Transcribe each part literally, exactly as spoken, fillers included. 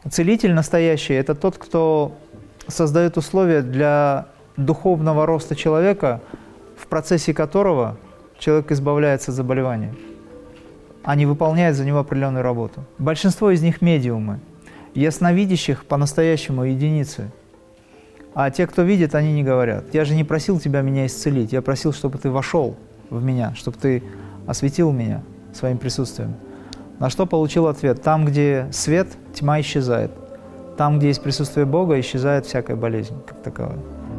Целитель настоящий – это тот, кто создает условия для духовного роста человека, в процессе которого человек избавляется от заболевания, а не выполняет за него определенную работу. Большинство из них – медиумы. Ясновидящих по-настоящему единицы. А те, кто видит, они не говорят. Я же не просил тебя меня исцелить, я просил, чтобы ты вошел в меня, чтобы ты осветил меня своим присутствием. На что получил ответ: там, где свет, тьма исчезает. Там, где есть присутствие Бога, исчезает всякая болезнь как таковая.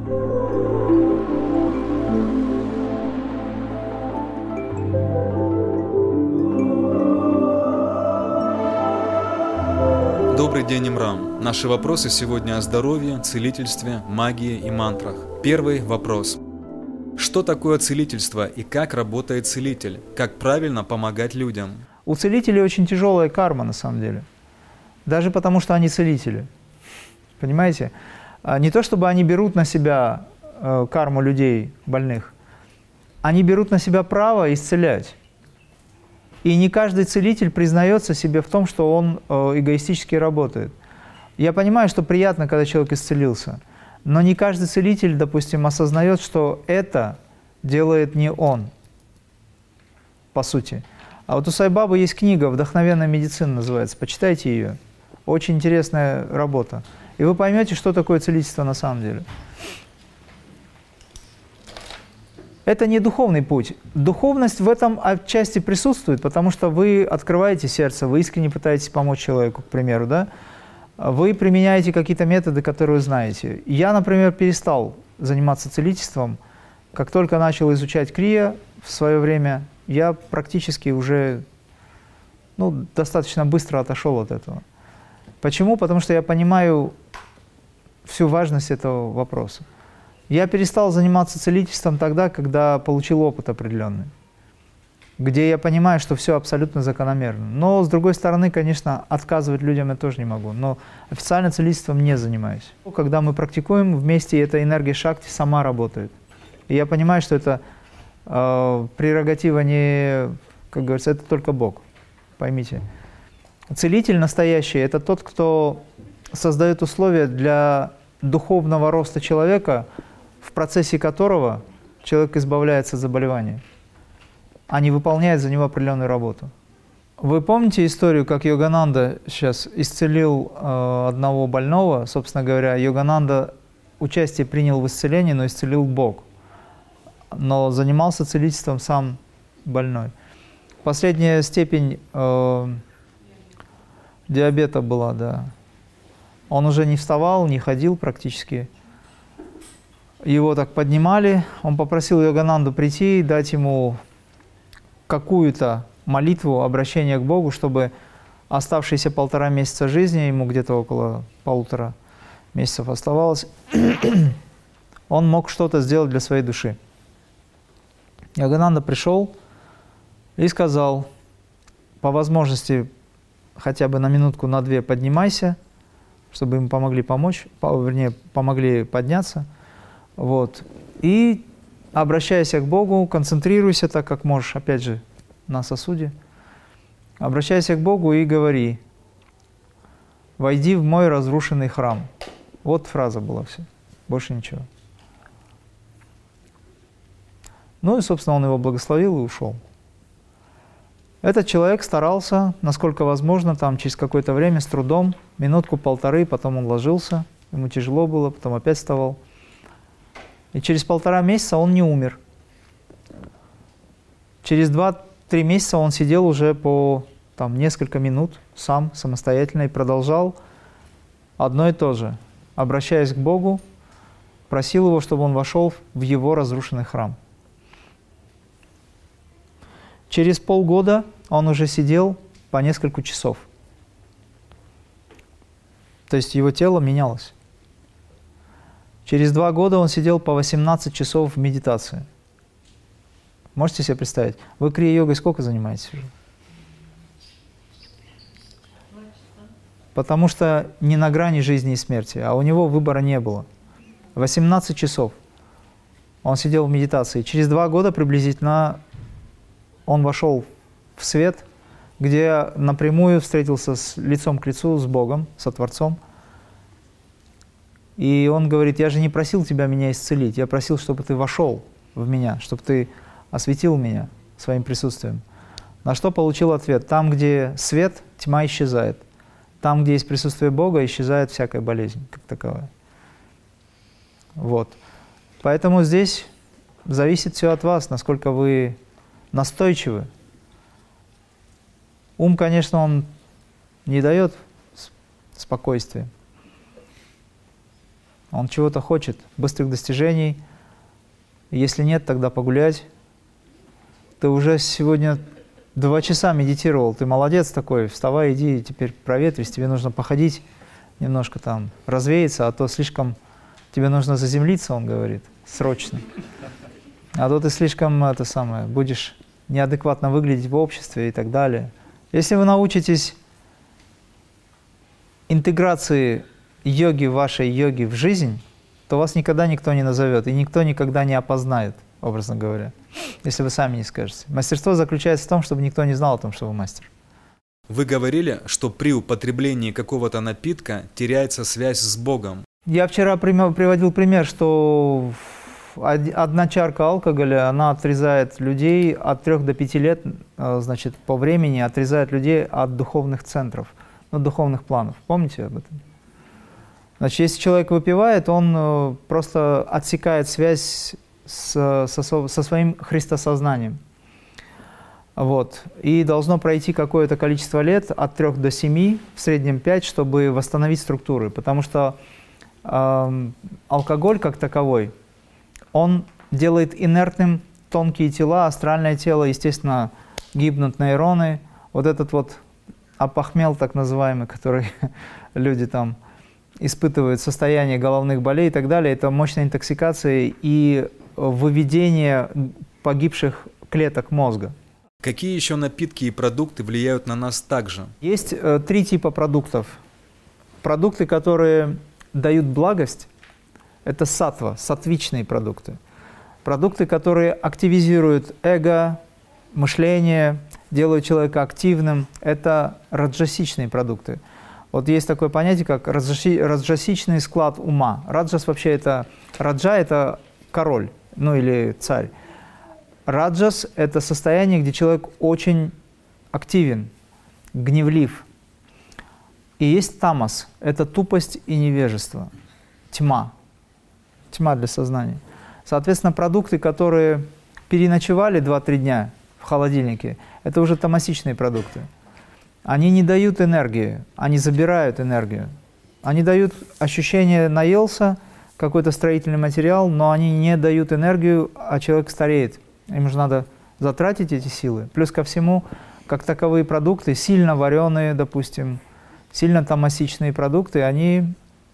Добрый день, Имрам. Наши вопросы сегодня о здоровье, целительстве, магии и мантрах. Первый вопрос. Что такое целительство и как работает целитель? Как правильно помогать людям? У целителей очень тяжелая карма, на самом деле. Даже потому, что они целители. Понимаете? Не то, чтобы они берут на себя э, карму людей больных. Они берут на себя право исцелять. И не каждый целитель признается себе в том, что он э, эгоистически работает. Я понимаю, что приятно, когда человек исцелился. Но не каждый целитель, допустим, осознает, что это делает не он, по сути. А вот у Сай-Бабы есть книга «Вдохновенная медицина» называется. Почитайте ее. Очень интересная работа. И вы поймете, что такое целительство на самом деле. Это не духовный путь. Духовность в этом отчасти присутствует, потому что вы открываете сердце, вы искренне пытаетесь помочь человеку, к примеру, да? Вы применяете какие-то методы, которые вы знаете. Я, например, перестал заниматься целительством. Как только начал изучать крия в свое время, я практически уже ну, достаточно быстро отошел от этого. Почему? Потому что я понимаю всю важность этого вопроса. Я перестал заниматься целительством тогда, когда получил опыт определенный, где я понимаю, что все абсолютно закономерно. Но, с другой стороны, конечно, отказывать людям я тоже не могу. Но официально целительством не занимаюсь. Когда мы практикуем вместе, эта энергия шакти сама работает. И я понимаю, что это э, прерогатива не, как говорится, это только Бог. Поймите. Целитель настоящий – это тот, кто создает условия для духовного роста человека, в процессе которого человек избавляется от заболевания, а не выполняет за него определенную работу. Вы помните историю, как Йогананда сейчас исцелил э, одного больного? Собственно говоря, Йогананда участие принял в исцелении, но исцелил Бог. Но занимался целительством сам больной. Последняя степень э, диабета была, да. Он уже не вставал, не ходил практически. Его так поднимали. Он попросил Йогананду прийти и дать ему какую-то молитву, обращение к Богу, чтобы оставшиеся полтора месяца жизни, ему где-то около полутора месяцев оставалось, он мог что-то сделать для своей души. Йогананда пришел и сказал: по возможности хотя бы на минутку, на две поднимайся, чтобы им помогли помочь, вернее, помогли подняться. Вот. И обращайся к Богу, концентрируйся так, как можешь, опять же, на сосуде. Обращайся к Богу и говори: «Войди в мой разрушенный храм». Вот фраза была все, больше ничего. Ну и, собственно, он его благословил и ушел. Этот человек старался, насколько возможно, там через какое-то время, с трудом, минутку-полторы, потом он ложился, ему тяжело было, потом опять вставал. И через полтора месяца он не умер. Через два-три месяца он сидел уже по там, несколько минут сам, самостоятельно, и продолжал одно и то же. Обращаясь к Богу, просил его, чтобы он вошел в его разрушенный храм. Через полгода он уже сидел по несколько часов. То есть его тело менялось. Через два года он сидел по восемнадцать часов в медитации. Можете себе представить? Вы крия-йогой сколько занимаетесь уже? Потому что не на грани жизни и смерти, а у него выбора не было. восемнадцать часов он сидел в медитации. Через два года приблизительно он вошел в свет где я напрямую встретился с лицом к лицу с Богом, со Творцом. И он говорит: я же не просил тебя меня исцелить, я просил, чтобы ты вошел в меня, чтобы ты осветил меня своим присутствием. На что получил ответ: там, где свет, тьма исчезает. Там, где есть присутствие Бога, исчезает всякая болезнь как таковая. Вот. Поэтому здесь зависит все от вас, насколько вы настойчивы. Ум, конечно, он не дает спокойствия. Он чего-то хочет, быстрых достижений. Если нет, тогда погулять. Ты уже сегодня два часа медитировал, ты молодец такой, вставай, иди, теперь проветрись, тебе нужно походить, немножко там развеяться, а то слишком, тебе нужно заземлиться, он говорит, срочно. А то ты слишком, это самое, будешь неадекватно выглядеть в обществе и так далее. Если вы научитесь интеграции йоги, вашей йоги в жизнь, то вас никогда никто не назовет, и никто никогда не опознает, образно говоря, если вы сами не скажете. Мастерство заключается в том, чтобы никто не знал о том, что вы мастер. Вы говорили, что при употреблении какого-то напитка теряется связь с Богом. Я вчера приводил пример, что одна чарка алкоголя, она отрезает людей от трех до пяти лет, значит, по времени отрезает людей от духовных центров, от духовных планов. Помните об этом? Значит, если человек выпивает, он просто отсекает связь с, со, со своим христосознанием. Вот. И должно пройти какое-то количество лет, от трех до семи, в среднем пять, чтобы восстановить структуры. Потому что э, алкоголь как таковой, он делает инертным тонкие тела, астральное тело, естественно, гибнут нейроны. Вот этот вот опохмел, так называемый, который люди там испытывают состояние головных болей и так далее, это мощная интоксикация и выведение погибших клеток мозга. Какие еще напитки и продукты влияют на нас также? Есть э, три типа продуктов. Продукты, которые дают благость, это саттва, саттвичные продукты. Продукты, которые активизируют эго, мышление, делают человека активным, это раджасичные продукты. Вот есть такое понятие, как раджаси, раджасичный склад ума. Раджас вообще это, раджа это король, ну или царь. Раджас – это состояние, где человек очень активен, гневлив. И есть тамас – это тупость и невежество, тьма, тьма для сознания. Соответственно, продукты, которые переночевали два-три дня в холодильнике, это уже тамасичные продукты. Они не дают энергии, они забирают энергию. Они дают ощущение «наелся», какой-то строительный материал, но они не дают энергию, а человек стареет. Им же надо затратить эти силы. Плюс ко всему, как таковые продукты, сильно вареные, допустим, сильно тамасичные продукты, они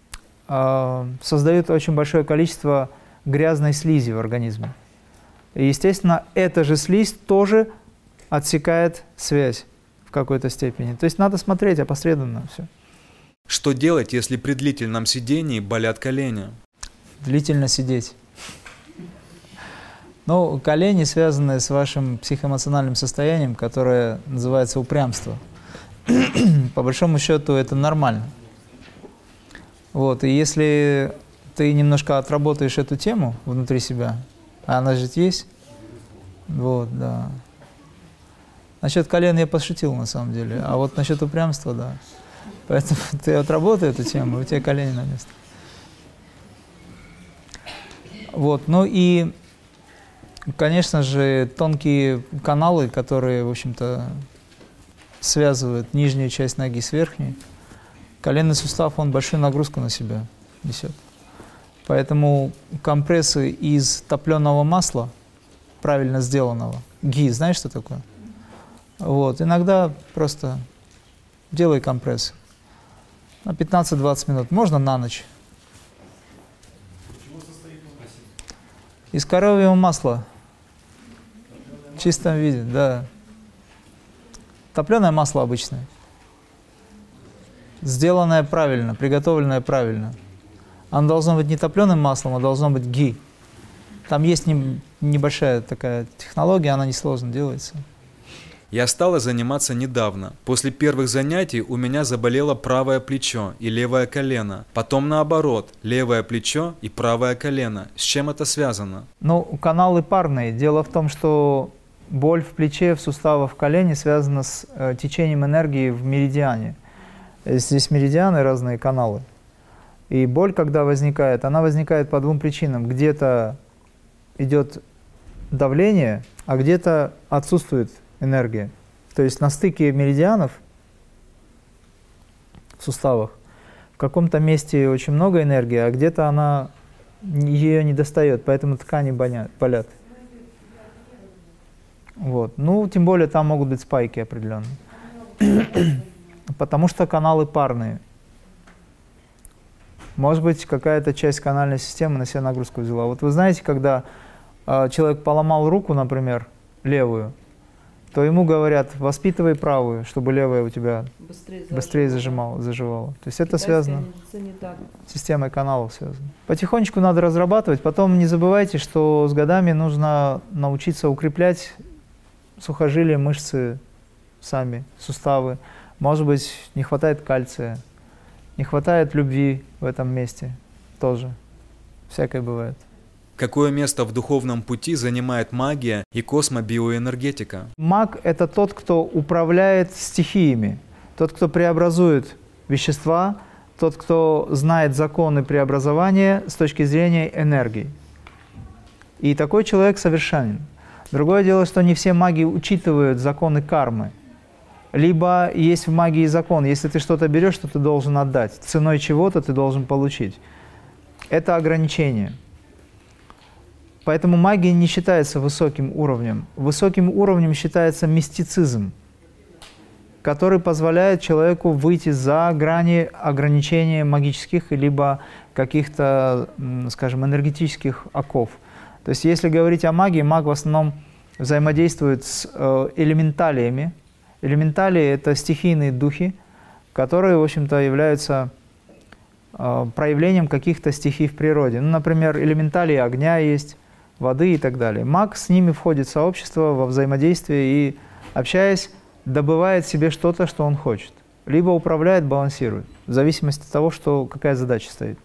э, создают очень большое количество грязной слизи в организме. И, естественно, эта же слизь тоже отсекает связь в какой-то степени. То есть надо смотреть опосредованно все. Что делать, если при длительном сидении болят колени? Длительно сидеть. Ну, колени связаны с вашим психоэмоциональным состоянием, которое называется упрямство. По большому счету это нормально. Вот, и если ты немножко отработаешь эту тему внутри себя, а она же есть, вот, да. Насчет колен я пошутил на самом деле, а вот насчет упрямства, да. Поэтому ты отработай эту тему, и у тебя колени на место. Вот, ну и, конечно же, тонкие каналы, которые, в общем-то, связывают нижнюю часть ноги с верхней. Коленный сустав, он большую нагрузку на себя несет. Поэтому компрессы из топленого масла, правильно сделанного, ги, знаешь, что такое? Вот, иногда просто делай компрессы на пятнадцать-двадцать минут, можно на ночь. Из коровьего масла, в чистом виде, да. Топленое масло обычное, сделанное правильно, приготовленное правильно. Оно должно быть не топленым маслом, а должно быть ги. Там есть не, небольшая такая технология, она несложно делается. Я стала заниматься недавно. После первых занятий у меня заболело правое плечо и левое колено. Потом наоборот, левое плечо и правое колено. С чем это связано? Ну, каналы парные. Дело в том, что боль в плече, в суставах, в колене связана с э, течением энергии в меридиане. Здесь меридианы, разные каналы. И боль, когда возникает, она возникает по двум причинам. Где-то идет давление, а где-то отсутствует энергия. То есть на стыке меридианов в суставах в каком-то месте очень много энергии, а где-то она ее не достает, поэтому ткани болят. Вот. Ну, тем более там могут быть спайки определенные. Потому что каналы парные. Может быть, какая-то часть канальной системы на себя нагрузку взяла. Вот вы знаете, когда э, человек поломал руку, например, левую, то ему говорят, воспитывай правую, чтобы левая у тебя быстрее, быстрее зажимала, заживала. То есть это связано с системой каналов связано. Потихонечку надо разрабатывать. Потом не забывайте, что с годами нужно научиться укреплять сухожилия, мышцы сами, суставы. Может быть, не хватает кальция, не хватает любви в этом месте тоже. Всякое бывает. Какое место в духовном пути занимает магия и космобиоэнергетика? Маг – это тот, кто управляет стихиями, тот, кто преобразует вещества, тот, кто знает законы преобразования с точки зрения энергии. И такой человек совершенен. Другое дело, что не все маги учитывают законы кармы. Либо есть в магии закон, если ты что-то берешь, то ты должен отдать. Ценой чего-то ты должен получить. Это ограничение. Поэтому магия не считается высоким уровнем. Высоким уровнем считается мистицизм, который позволяет человеку выйти за грани ограничения магических либо каких-то, скажем, энергетических оков. То есть если говорить о магии, маг в основном взаимодействует с э, элементалиями. Элементалии – это стихийные духи, которые, в общем-то, являются э, проявлением каких-то стихий в природе. Ну, например, элементалии огня есть, воды и так далее. Маг с ними входит в сообщество, во взаимодействие и, общаясь, добывает себе что-то, что он хочет. Либо управляет, балансирует, в зависимости от того, что, какая задача стоит.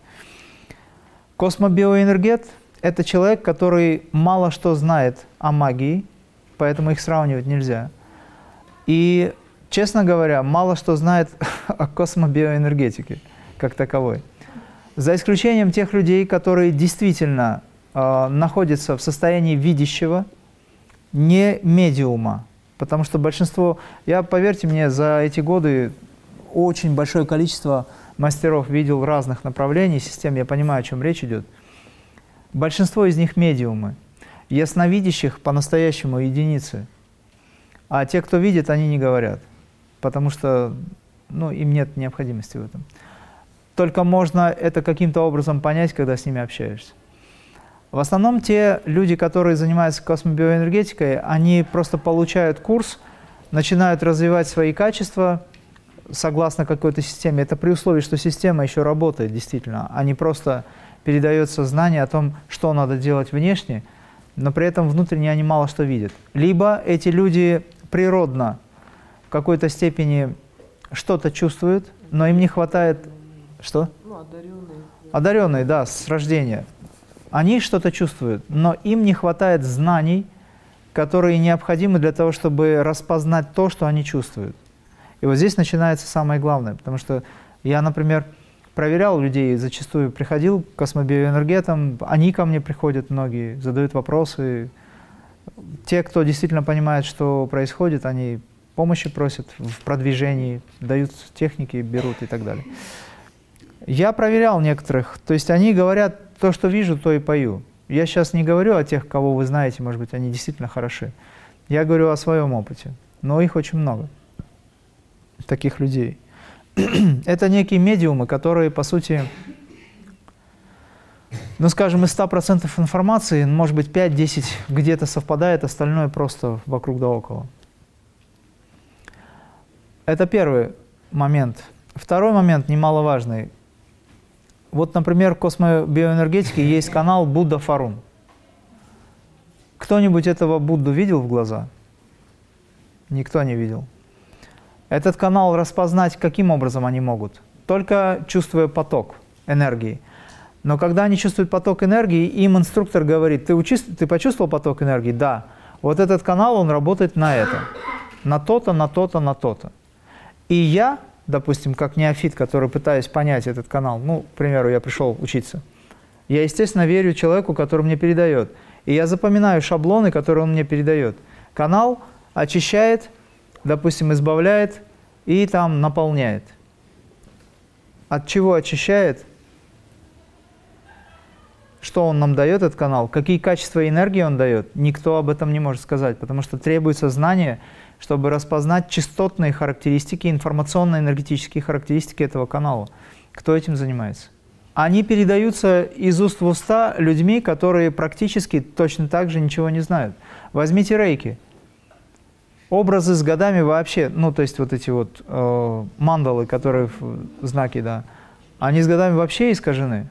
Космобиоэнергет – это человек, который мало что знает о магии, поэтому их сравнивать нельзя. И, честно говоря, мало что знает о космобиоэнергетике как таковой. За исключением тех людей, которые действительно э, находятся в состоянии видящего, не медиума. Потому что большинство, я, поверьте мне, за эти годы очень большое количество мастеров видел разных направлений, систем, я понимаю, о чем речь идет. Большинство из них медиумы. Ясновидящих по-настоящему единицы. А те, кто видит, они не говорят, потому что ну, им нет необходимости в этом. Только можно это каким-то образом понять, когда с ними общаешься. В основном те люди, которые занимаются космобиоэнергетикой, они просто получают курс, начинают развивать свои качества согласно какой-то системе. Это при условии, что система еще работает действительно, а не просто передается знание о том, что надо делать внешне, но при этом внутренне они мало что видят. Либо эти люди природно в какой-то степени что-то чувствуют, но им не хватает... Что? Ну, одаренные. Одаренные, да, с рождения. Они что-то чувствуют, но им не хватает знаний, которые необходимы для того, чтобы распознать то, что они чувствуют. И вот здесь начинается самое главное, потому что я, например, проверял людей, зачастую приходил к космобиоэнергетам, они ко мне приходят многие, задают вопросы. Те, кто действительно понимает, что происходит, они помощи просят в продвижении, дают техники, берут и так далее. Я проверял некоторых, то есть они говорят, то, что вижу, то и пою. Я сейчас не говорю о тех, кого вы знаете, может быть, они действительно хороши. Я говорю о своем опыте, но их очень много, таких людей. Это некие медиумы, которые, по сути, ну, скажем, из ста процентов информации, может быть, пять-десять где-то совпадает, остальное просто вокруг да около. Это первый момент. Второй момент, немаловажный. Вот, например, в космобиоэнергетике есть канал Будда Фарун. Кто-нибудь этого Будду видел в глаза? Никто не видел. Этот канал распознать каким образом они могут? Только чувствуя поток энергии. Но когда они чувствуют поток энергии, им инструктор говорит: ты, учи, ты почувствовал поток энергии? Да. Вот этот канал, он работает на это. На то-то, на то-то, на то-то. И я, допустим, как неофит, который пытаюсь понять этот канал, ну, к примеру, я пришел учиться, я, естественно, верю человеку, который мне передает. И я запоминаю шаблоны, которые он мне передает. Канал очищает, допустим, избавляет и там наполняет. От чего очищает? Что он нам дает, этот канал? Какие качества энергии он дает? Никто об этом не может сказать, потому что требуется знание, чтобы распознать частотные характеристики, информационно-энергетические характеристики этого канала. Кто этим занимается? Они передаются из уст в уста людьми, которые практически точно так же ничего не знают. Возьмите рейки. Образы с годами вообще, ну то есть вот эти вот э, мандалы, которые в знаки, да, они с годами вообще искажены.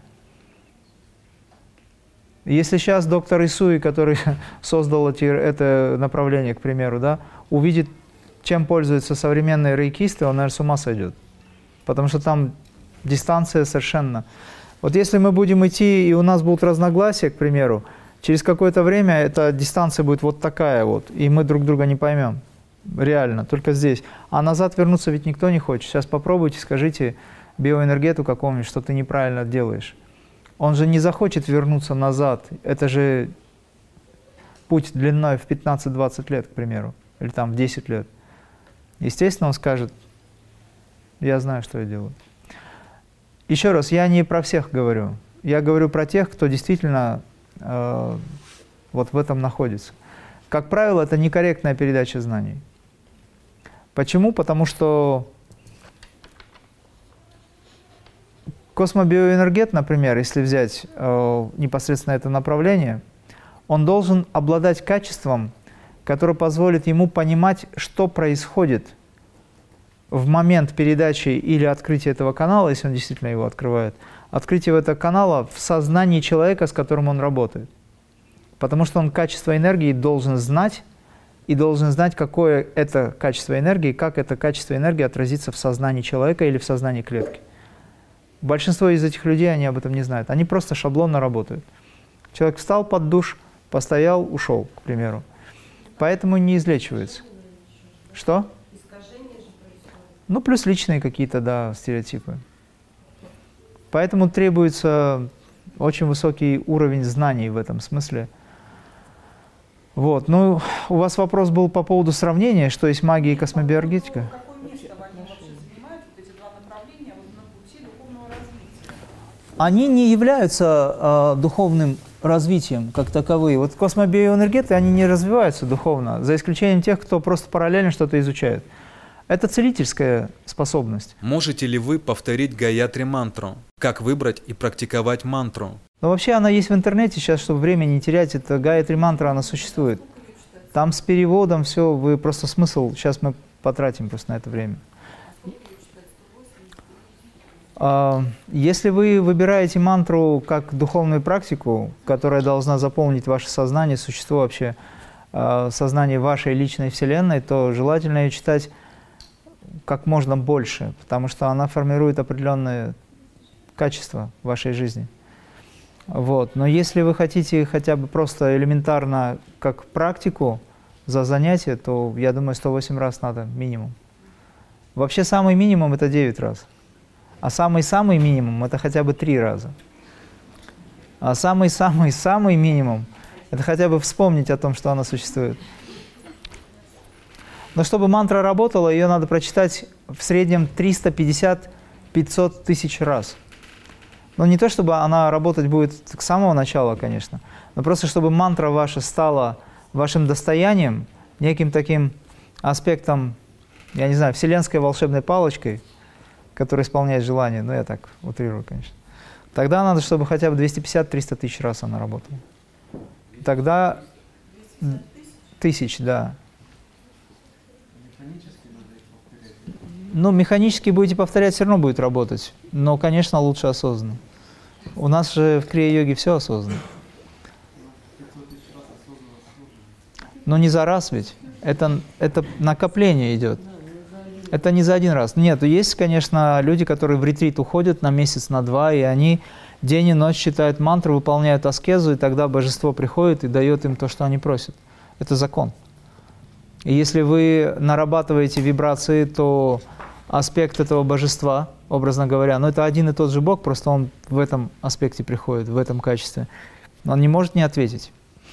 Если сейчас доктор Исуи, который создал эти, это направление, к примеру, да, увидит, чем пользуются современные рейкисты, он, наверное, с ума сойдет. Потому что там дистанция совершенно. Вот если мы будем идти, и у нас будут разногласия, к примеру, через какое-то время эта дистанция будет вот такая вот, и мы друг друга не поймем. Реально, только здесь. А назад вернуться ведь никто не хочет. Сейчас попробуйте, скажите биоэнергету какому-нибудь, что ты неправильно делаешь. Он же не захочет вернуться назад. Это же путь длиной в пятнадцать-двадцать лет, к примеру, или там в десять лет. Естественно, он скажет: я знаю, что я делаю. Еще раз, я не про всех говорю. Я говорю про тех, кто действительно э, вот в этом находится. Как правило, это некорректная передача знаний. Почему? Потому что космобиоэнергет, например, если взять э, непосредственно это направление, он должен обладать качеством, которое позволит ему понимать, что происходит в момент передачи или открытия этого канала, если он действительно его открывает, открытие этого канала в сознании человека, с которым он работает. Потому что он качество энергии должен знать, и должен знать, какое это качество энергии, как это качество энергии отразится в сознании человека или в сознании клетки. Большинство из этих людей, они об этом не знают. Они просто шаблонно работают. Человек встал под душ, постоял, ушел, к примеру. Поэтому не излечивается. Что? Ну, плюс личные какие-то, да, стереотипы. Поэтому требуется очень высокий уровень знаний в этом смысле. Вот. Ну, у вас вопрос был по поводу сравнения, что есть магия и космобиоэнергетика. Какое место они вообще занимают, вот эти два направления, вот на пути духовного развития? Они не являются э, духовным развитием как таковые. Вот космобиоэнергеты, они не развиваются духовно, за исключением тех, кто просто параллельно что-то изучает. Это целительская способность. Можете ли вы повторить Гаятри мантру? Как выбрать и практиковать мантру? Но вообще она есть в интернете сейчас, чтобы время не терять. Это Гаятри мантра, она существует. Там с переводом все, вы просто смысл, сейчас мы потратим просто на это время. Если вы выбираете мантру как духовную практику, которая должна заполнить ваше сознание, существо вообще, сознание вашей личной вселенной, то желательно ее читать как можно больше, потому что она формирует определенные качества вашей жизни. Вот. Но если вы хотите хотя бы просто элементарно как практику за занятие, то, я думаю, сто восемь раз надо минимум. Вообще самый минимум – это девять раз. А самый-самый минимум – это хотя бы три раза. А самый-самый-самый минимум – это хотя бы вспомнить о том, что она существует. Но чтобы мантра работала, ее надо прочитать в среднем триста пятьдесят — пятьсот тысяч раз. Но не то, чтобы она работать будет с самого начала, конечно, но просто чтобы мантра ваша стала вашим достоянием, неким таким аспектом, я не знаю, вселенской волшебной палочкой, которая исполняет желание, ну я так утрирую, конечно. Тогда надо, чтобы хотя бы двести пятьдесят — триста тысяч раз она работала. Тогда тысяч, да. Ну, механически будете повторять, все равно будет работать. Но, конечно, лучше осознанно. У нас же в крия-йоге все осознанно. Но не за раз ведь. Это, это накопление идет. Это не за один раз. Нет, есть, конечно, люди, которые в ретрит уходят на месяц, на два, и они день и ночь читают мантры, выполняют аскезу, и тогда божество приходит и дает им то, что они просят. Это закон. И если вы нарабатываете вибрации, то аспект этого божества, образно говоря, ну это один и тот же Бог, просто он в этом аспекте приходит, в этом качестве. Он не может не ответить.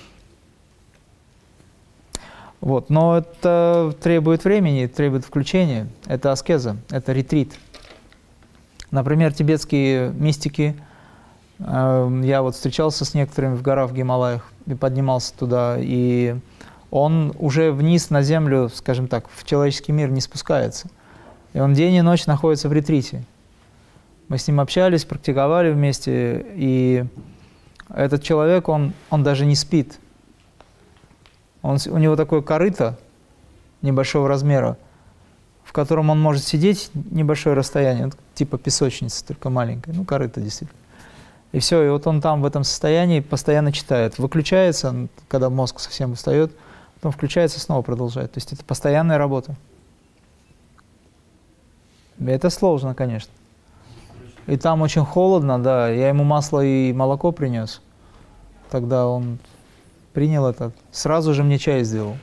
Вот. Но это требует времени, требует включения. Это аскеза, это ретрит. Например, тибетские мистики, э, я вот встречался с некоторыми в горах в Гималаях и поднимался туда, и он уже вниз на землю, скажем так, в человеческий мир не спускается. И он день и ночь находится в ретрите. Мы с ним общались, практиковали вместе, и этот человек, он, он даже не спит. Он, у него такое корыто небольшого размера, в котором он может сидеть небольшое расстояние, типа песочница, только маленькая, ну корыто действительно. И все, и вот он там в этом состоянии постоянно читает. Выключается, когда мозг совсем устает, потом включается, снова продолжает. То есть это постоянная работа. И это сложно, конечно. И там очень холодно, да. Я ему масло и молоко принес. Тогда он принял это. Сразу же мне чай сделал.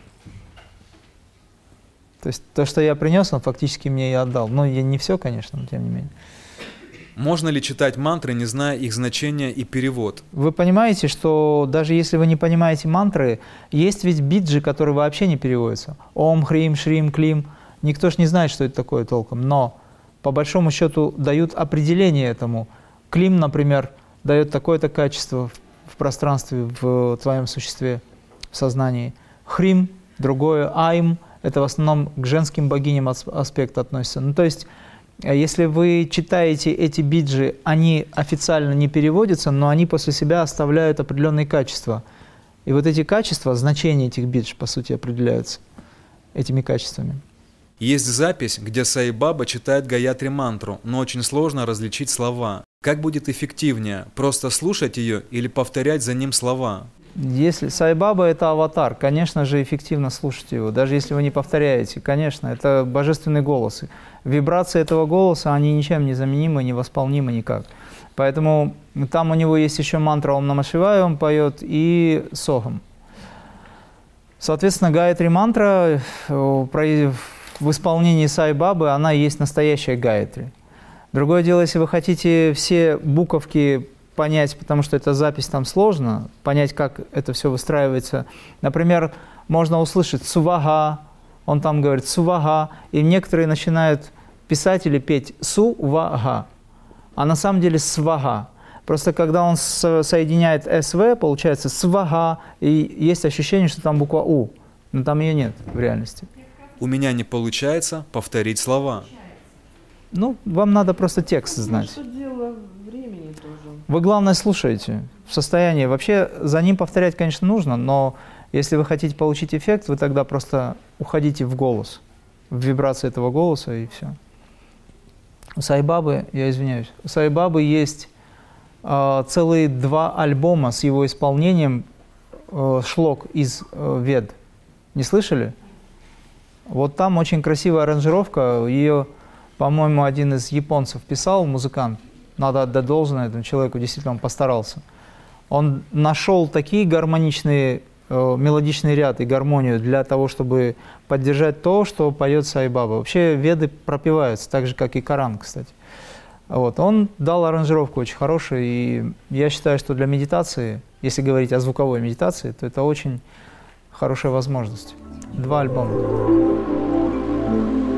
То есть то, что я принес, он фактически мне и отдал. Ну, я не все, конечно, но тем не менее. Можно ли читать мантры, не зная их значения и перевод? Вы понимаете, что даже если вы не понимаете мантры, есть ведь биджи, которые вообще не переводятся. Ом, хрим, шрим, клим. Никто ж не знает, что это такое толком. Но по большому счету дают определение этому. Клим, например, дает такое-то качество в пространстве, в твоем существе, в сознании. Хрим, другое. Айм — это в основном к женским богиням аспект относится. Ну, то есть, если вы читаете эти биджи, они официально не переводятся, но они после себя оставляют определенные качества. И вот эти качества, значения этих бидж, по сути, определяются этими качествами. Есть запись, где Сай-Баба читает Гаятри мантру, но очень сложно различить слова. Как будет эффективнее, просто слушать ее или повторять за ним слова? Если Сай-Баба — это аватар, конечно же, эффективно слушать его, даже если вы не повторяете. Конечно, это божественный голос. Вибрации этого голоса, они ничем не заменимы, не восполнимы никак. Поэтому там у него есть еще мантра Ом Нама Шивая, он поет, и Сохам. Соответственно, Гаятри мантра в исполнении Сай-Бабы, она и есть настоящая Гаятри. Другое дело, если вы хотите все буковки понять, потому что эта запись там сложно, понять, как это все выстраивается. Например, можно услышать «сувага», он там говорит «сувага», и некоторые начинают писать или петь «сувага», а на самом деле «свага». Просто когда он соединяет «св», получается «свага», и есть ощущение, что там буква «у», но там ее нет в реальности. У меня не получается повторить слова. Ну, вам надо просто текст знать. Что дело времени тоже. Вы, главное, слушаете в состоянии. Вообще, за ним повторять, конечно, нужно, но если вы хотите получить эффект, вы тогда просто уходите в голос, в вибрации этого голоса, и все. У Сай-Бабы, я извиняюсь, у Сай-Бабы есть э, целые два альбома с его исполнением э, шлок из э, Вед. Не слышали? Вот там очень красивая аранжировка, ее, по-моему, один из японцев писал, музыкант. Надо отдать должное этому человеку, действительно, он постарался. Он нашел такие гармоничные, э, мелодичный ряд и гармонию для того, чтобы поддержать то, что поет Сай-Баба. Вообще веды пропеваются, так же, как и Коран, кстати. Вот. Он дал аранжировку очень хорошую, и я считаю, что для медитации, если говорить о звуковой медитации, то это очень хорошая возможность. Два альбома.